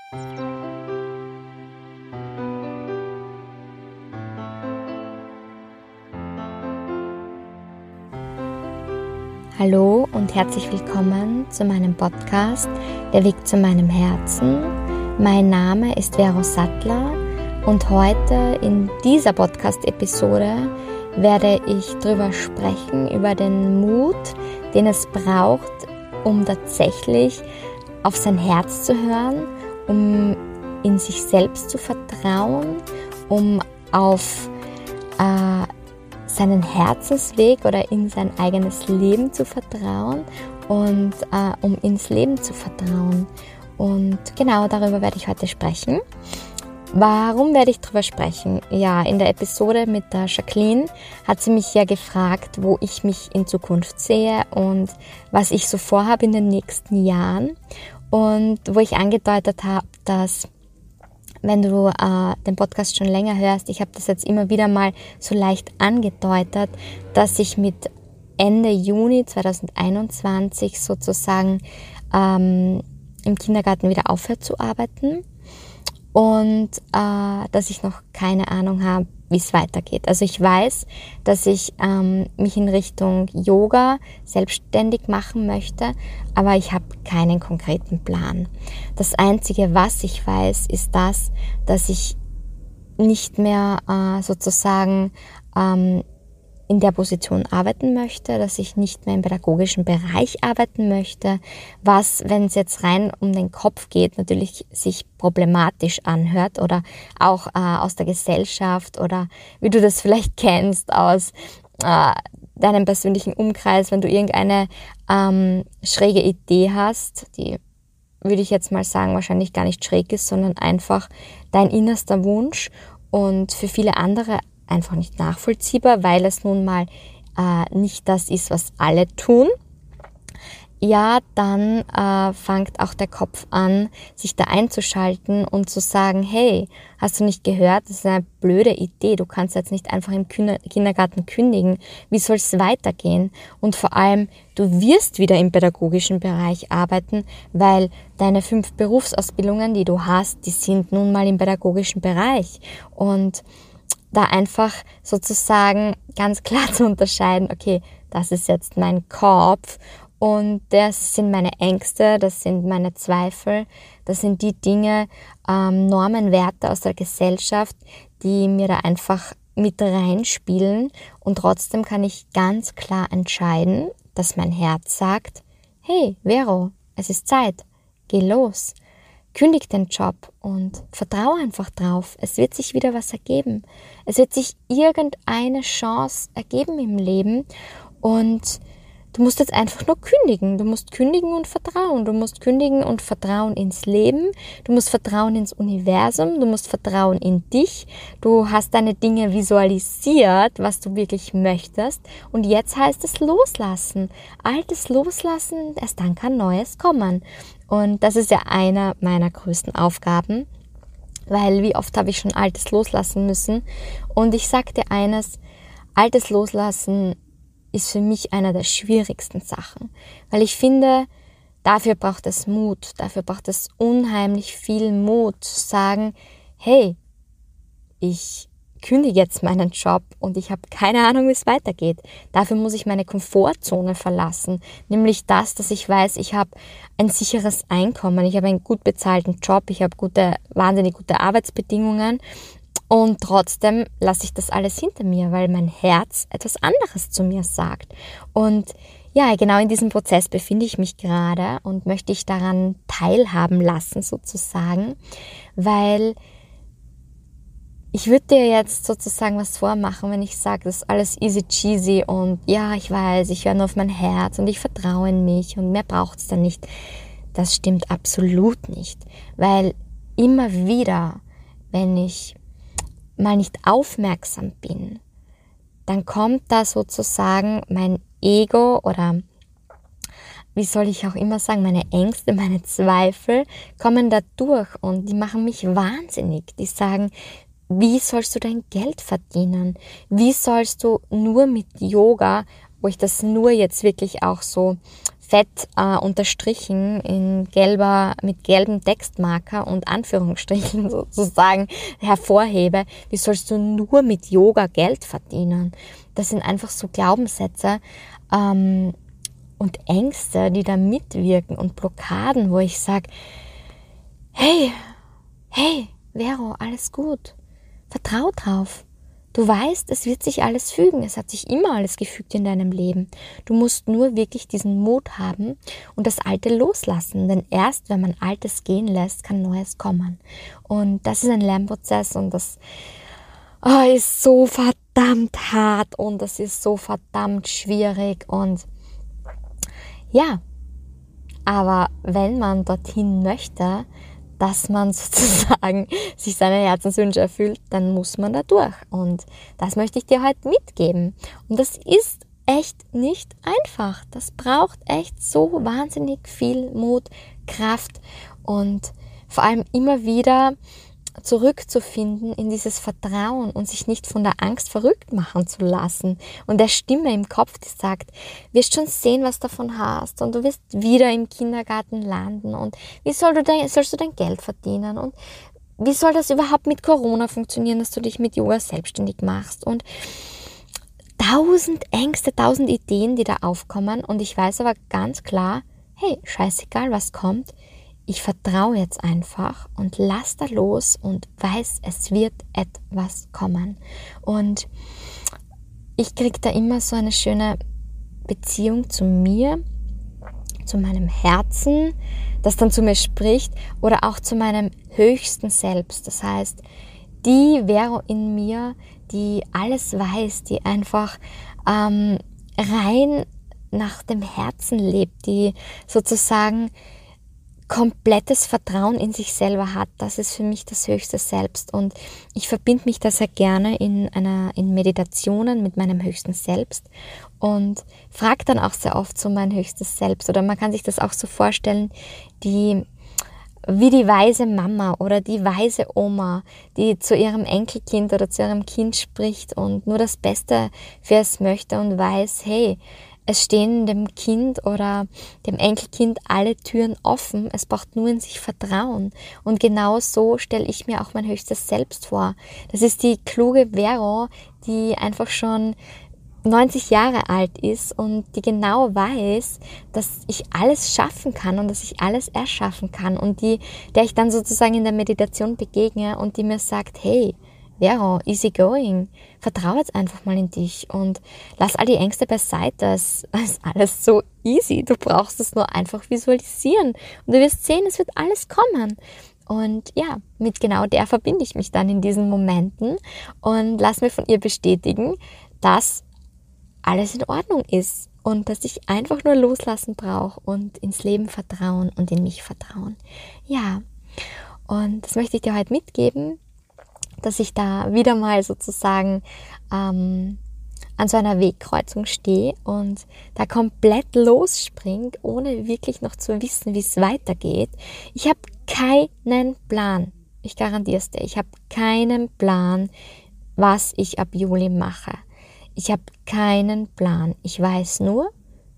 Hallo und herzlich willkommen zu meinem Podcast Der Weg zu meinem Herzen. Mein Name ist Vero Sattler und heute in dieser Podcast-Episode werde ich darüber sprechen, über den Mut, den es braucht, um tatsächlich auf sein Herz zu hören, um in sich selbst zu vertrauen, um auf seinen Herzensweg oder in sein eigenes Leben zu vertrauen und um ins Leben zu vertrauen. Und genau darüber werde ich heute sprechen. Warum werde ich darüber sprechen? Ja, in der Episode mit der Jacqueline hat sie mich ja gefragt, wo ich mich in Zukunft sehe und was ich so vorhabe in den nächsten Jahren. Und wo ich angedeutet habe, dass wenn du den Podcast schon länger hörst, ich habe das jetzt immer wieder mal so leicht angedeutet, dass ich mit Ende Juni 2021 sozusagen im Kindergarten wieder aufhöre zu arbeiten und dass ich noch keine Ahnung habe, wie es weitergeht. Also ich weiß, dass ich mich in Richtung Yoga selbstständig machen möchte, aber ich habe keinen konkreten Plan. Das Einzige, was ich weiß, ist das, dass ich nicht mehr sozusagen in der Position arbeiten möchte, dass ich nicht mehr im pädagogischen Bereich arbeiten möchte, was, wenn es jetzt rein um den Kopf geht, natürlich sich problematisch anhört oder auch aus der Gesellschaft oder wie du das vielleicht kennst aus deinem persönlichen Umkreis, wenn du irgendeine schräge Idee hast, die, würde ich jetzt mal sagen, wahrscheinlich gar nicht schräg ist, sondern einfach dein innerster Wunsch und für viele andere einfach nicht nachvollziehbar, weil es nun mal nicht das ist, was alle tun. Ja, dann fängt auch der Kopf an, sich da einzuschalten und zu sagen, hey, hast du nicht gehört, das ist eine blöde Idee, du kannst jetzt nicht einfach im Kindergarten kündigen, wie soll es weitergehen? Und vor allem, du wirst wieder im pädagogischen Bereich arbeiten, weil deine 5 Berufsausbildungen, die du hast, die sind nun mal im pädagogischen Bereich. Und da einfach sozusagen ganz klar zu unterscheiden, okay, das ist jetzt mein Kopf und das sind meine Ängste, das sind meine Zweifel, das sind die Dinge, Normen, Werte aus der Gesellschaft, die mir da einfach mit reinspielen und trotzdem kann ich ganz klar entscheiden, dass mein Herz sagt, hey Vero, es ist Zeit, geh los. Kündig den Job und vertraue einfach drauf. Es wird sich wieder was ergeben. Es wird sich irgendeine Chance ergeben im Leben und du musst jetzt einfach nur kündigen. Du musst kündigen und vertrauen. Du musst kündigen und vertrauen ins Leben. Du musst vertrauen ins Universum. Du musst vertrauen in dich. Du hast deine Dinge visualisiert, was du wirklich möchtest. Und jetzt heißt es loslassen. Altes loslassen, erst dann kann Neues kommen. Und das ist ja einer meiner größten Aufgaben, weil wie oft habe ich schon Altes loslassen müssen. Und ich sage dir eines, Altes loslassen ist für mich einer der schwierigsten Sachen, weil ich finde, dafür braucht es Mut, dafür braucht es unheimlich viel Mut zu sagen, hey, ich kündige jetzt meinen Job und ich habe keine Ahnung, wie es weitergeht. Dafür muss ich meine Komfortzone verlassen, nämlich das, dass ich weiß, ich habe ein sicheres Einkommen, ich habe einen gut bezahlten Job, ich habe wahnsinnig gute Arbeitsbedingungen und trotzdem lasse ich das alles hinter mir, weil mein Herz etwas anderes zu mir sagt. Und ja, genau in diesem Prozess befinde ich mich gerade und möchte dich daran teilhaben lassen sozusagen, weil ich würde dir jetzt sozusagen was vormachen, wenn ich sage, das ist alles easy cheesy und ja, ich weiß, ich höre nur auf mein Herz und ich vertraue in mich und mehr braucht es dann nicht. Das stimmt absolut nicht, weil immer wieder, wenn ich mal nicht aufmerksam bin, dann kommt da sozusagen mein Ego oder wie soll ich auch immer sagen, meine Ängste, meine Zweifel kommen da durch und die machen mich wahnsinnig. Die sagen, wie sollst du dein Geld verdienen? Wie sollst du nur mit Yoga, wo ich das nur jetzt wirklich auch so fett unterstrichen mit gelbem Textmarker und Anführungsstrichen sozusagen hervorhebe, wie sollst du nur mit Yoga Geld verdienen? Das sind einfach so Glaubenssätze und Ängste, die da mitwirken und Blockaden, wo ich sage, hey, Vero, alles gut, vertrau drauf. Du weißt, es wird sich alles fügen. Es hat sich immer alles gefügt in deinem Leben. Du musst nur wirklich diesen Mut haben und das Alte loslassen. Denn erst, wenn man Altes gehen lässt, kann Neues kommen. Und das ist ein Lernprozess und das ist so verdammt hart und das ist so verdammt schwierig. Und ja, aber wenn man dorthin möchte, dass man sozusagen sich seine Herzenswünsche erfüllt, dann muss man da durch. Und das möchte ich dir heute mitgeben. Und das ist echt nicht einfach. Das braucht echt so wahnsinnig viel Mut, Kraft und vor allem immer wieder zurückzufinden in dieses Vertrauen und sich nicht von der Angst verrückt machen zu lassen und der Stimme im Kopf, die sagt, wirst schon sehen, was davon hast und du wirst wieder im Kindergarten landen und wie sollst du dein Geld verdienen und wie soll das überhaupt mit Corona funktionieren, dass du dich mit Yoga selbstständig machst und 1000 Ängste, 1000 Ideen, die da aufkommen und ich weiß aber ganz klar, hey, scheißegal, was kommt, ich vertraue jetzt einfach und lass da los und weiß, es wird etwas kommen. Und ich kriege da immer so eine schöne Beziehung zu mir, zu meinem Herzen, das dann zu mir spricht oder auch zu meinem höchsten Selbst. Das heißt, die Vero in mir, die alles weiß, die einfach rein nach dem Herzen lebt, die sozusagen komplettes Vertrauen in sich selber hat, das ist für mich das höchste Selbst und ich verbinde mich da sehr gerne in Meditationen mit meinem höchsten Selbst und frage dann auch sehr oft so mein höchstes Selbst oder man kann sich das auch so vorstellen, wie die weise Mama oder die weise Oma, die zu ihrem Enkelkind oder zu ihrem Kind spricht und nur das Beste für es möchte und weiß, hey, es stehen dem Kind oder dem Enkelkind alle Türen offen. Es braucht nur in sich Vertrauen. Und genau so stelle ich mir auch mein höchstes Selbst vor. Das ist die kluge Vero, die einfach schon 90 Jahre alt ist und die genau weiß, dass ich alles schaffen kann und dass ich alles erschaffen kann. Und der ich dann sozusagen in der Meditation begegne und die mir sagt, hey, Vero, easy going. Vertrau jetzt einfach mal in dich und lass all die Ängste beiseite. Es ist alles so easy. Du brauchst es nur einfach visualisieren und du wirst sehen, es wird alles kommen. Und ja, mit genau der verbinde ich mich dann in diesen Momenten und lass mir von ihr bestätigen, dass alles in Ordnung ist und dass ich einfach nur loslassen brauche und ins Leben vertrauen und in mich vertrauen. Ja, und das möchte ich dir heute mitgeben, dass ich da wieder mal sozusagen an so einer Wegkreuzung stehe und da komplett losspringe, ohne wirklich noch zu wissen, wie es weitergeht. Ich habe keinen Plan. Ich garantiere es dir. Ich habe keinen Plan, was ich ab Juli mache. Ich habe keinen Plan. Ich weiß nur,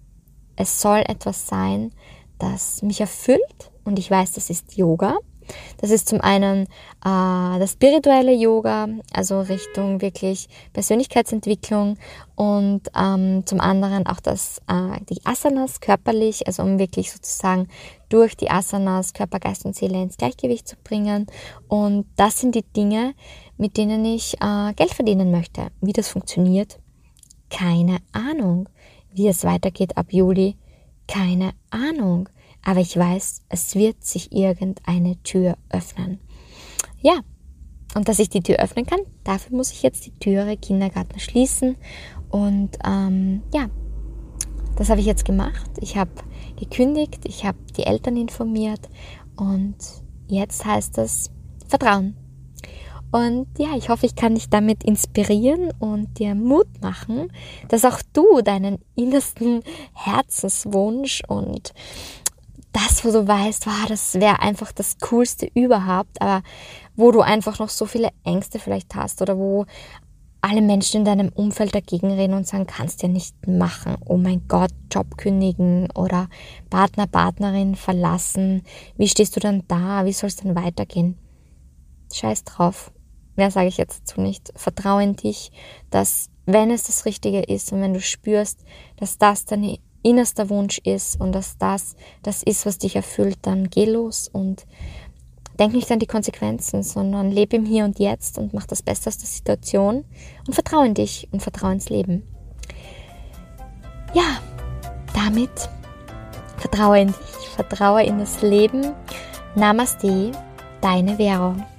es soll etwas sein, das mich erfüllt und ich weiß, das ist Yoga. Das ist zum einen das spirituelle Yoga, also Richtung wirklich Persönlichkeitsentwicklung und zum anderen auch die Asanas körperlich, also um wirklich sozusagen durch die Asanas Körper, Geist und Seele ins Gleichgewicht zu bringen. Und das sind die Dinge, mit denen ich Geld verdienen möchte. Wie das funktioniert, keine Ahnung. Wie es weitergeht ab Juli, keine Ahnung. Aber ich weiß, es wird sich irgendeine Tür öffnen. Ja, und dass ich die Tür öffnen kann, dafür muss ich jetzt die Türe Kindergarten schließen. Und ja, das habe ich jetzt gemacht. Ich habe gekündigt, ich habe die Eltern informiert und jetzt heißt es Vertrauen. Und ja, ich hoffe, ich kann dich damit inspirieren und dir Mut machen, dass auch du deinen innersten Herzenswunsch und das, wo du weißt, wow, das wäre einfach das Coolste überhaupt, aber wo du einfach noch so viele Ängste vielleicht hast oder wo alle Menschen in deinem Umfeld dagegen reden und sagen, kannst ja nicht machen, oh mein Gott, Job kündigen oder Partner, Partnerin verlassen, wie stehst du dann da, wie soll es dann weitergehen? Scheiß drauf, mehr sage ich jetzt dazu nicht. Vertraue in dich, dass wenn es das Richtige ist und wenn du spürst, dass das dein innerster Wunsch ist und dass das ist, was dich erfüllt, dann geh los und denk nicht an die Konsequenzen, sondern lebe im Hier und Jetzt und mach das Beste aus der Situation und vertraue in dich und vertraue ins Leben. Ja, damit vertraue in dich, vertraue in das Leben. Namaste, deine Vero.